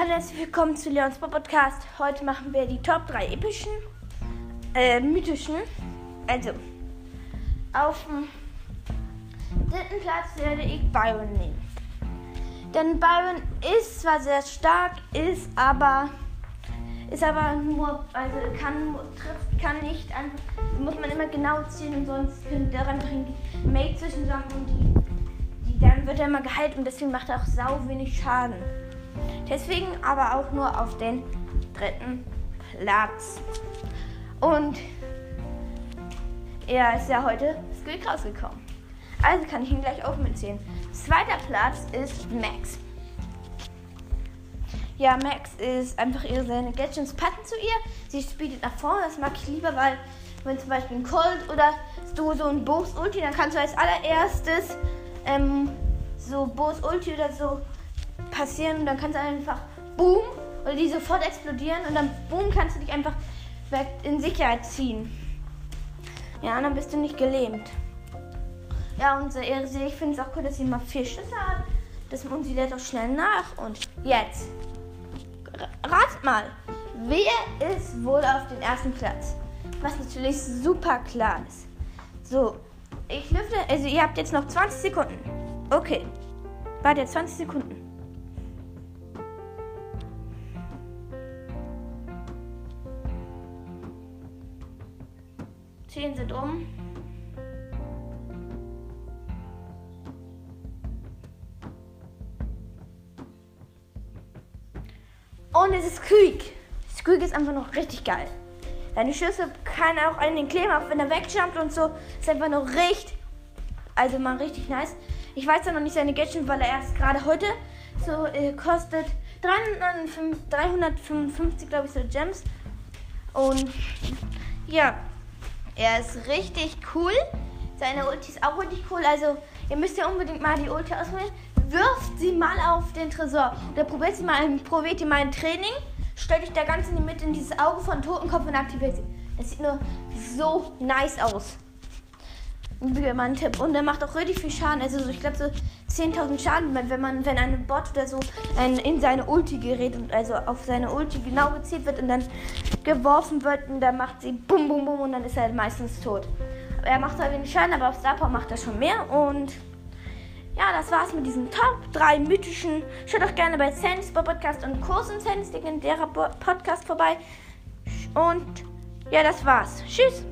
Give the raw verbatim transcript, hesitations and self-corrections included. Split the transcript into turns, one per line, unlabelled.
Hallo, herzlich willkommen zu Leons Podcast. Heute machen wir die Top drei epischen, äh, mythischen. Also, auf dem dritten Platz werde ich Byron nehmen. Denn Byron ist zwar sehr stark, ist aber, ist aber nur, also kann, trifft, kann nicht, einfach, muss man immer genau ziehen und sonst könnte er einfach in die Mate zwischensammeln und die, die, dann wird er immer geheilt und deswegen macht er auch sau wenig Schaden. Deswegen aber auch nur auf den dritten Platz. Und er ist ja heute Squeak rausgekommen. Also kann ich ihn gleich auch mitzählen. Zweiter Platz ist Max. Ja, Max ist einfach ihre, seine Gadgets passen zu ihr. Sie speedet nach vorne, das mag ich lieber, weil wenn zum Beispiel ein Colt oder du so ein Bo's Ulti, dann kannst du als allererstes ähm, so Bo's Ulti oder so passieren und dann kannst du einfach boom oder die sofort explodieren und dann boom kannst du dich einfach weg in Sicherheit ziehen. Ja, und dann bist du nicht gelähmt. Ja, und ich finde es auch cool, dass sie mal vier Schüsse hat. Das, und sie lädt auch schnell nach. Und jetzt, ratet mal, wer ist wohl auf den ersten Platz? Was natürlich super klar ist. So, ich lüfte, also ihr habt jetzt noch zwanzig Sekunden. Okay, warte, zwanzig Sekunden. zehn sind um. Und es ist Squeak. Squeak ist einfach noch richtig geil. Seine Schüsse kann er auch an den Kleber, auch wenn er wegjumpt und so. Ist einfach noch richtig, also mal richtig nice. Ich weiß ja noch nicht seine Gadget, weil er erst gerade heute so äh, kostet dreihundertfünfundfünfzig, glaube ich, so Gems. Und ja, er ist richtig cool. Seine Ulti ist auch richtig cool. Also ihr müsst ja unbedingt mal die Ulti ausprobieren. Wirft sie mal auf den Tresor. Oder probiert sie mal, probiert ihr mal ein Training. Stellt euch da ganz in die Mitte in dieses Auge von Totenkopf und aktiviert sie. Das sieht nur so nice aus. Wie mein Tipp. Und er macht auch richtig viel Schaden. Also so, ich glaube so zehntausend Schaden, wenn man, wenn ein Bot oder so ein, in seine Ulti gerät und also auf seine Ulti genau gezielt wird und dann geworfen wird und dann macht sie bum bum bum und dann ist er meistens tot. Er macht zwar wenig Schaden, aber auf Star Power macht er schon mehr. Und ja, das war's mit diesen Top drei mythischen. Schaut doch gerne bei Sandys Podcast und Kurs und Sandys legendärer Podcast vorbei. Und ja, das war's. Tschüss.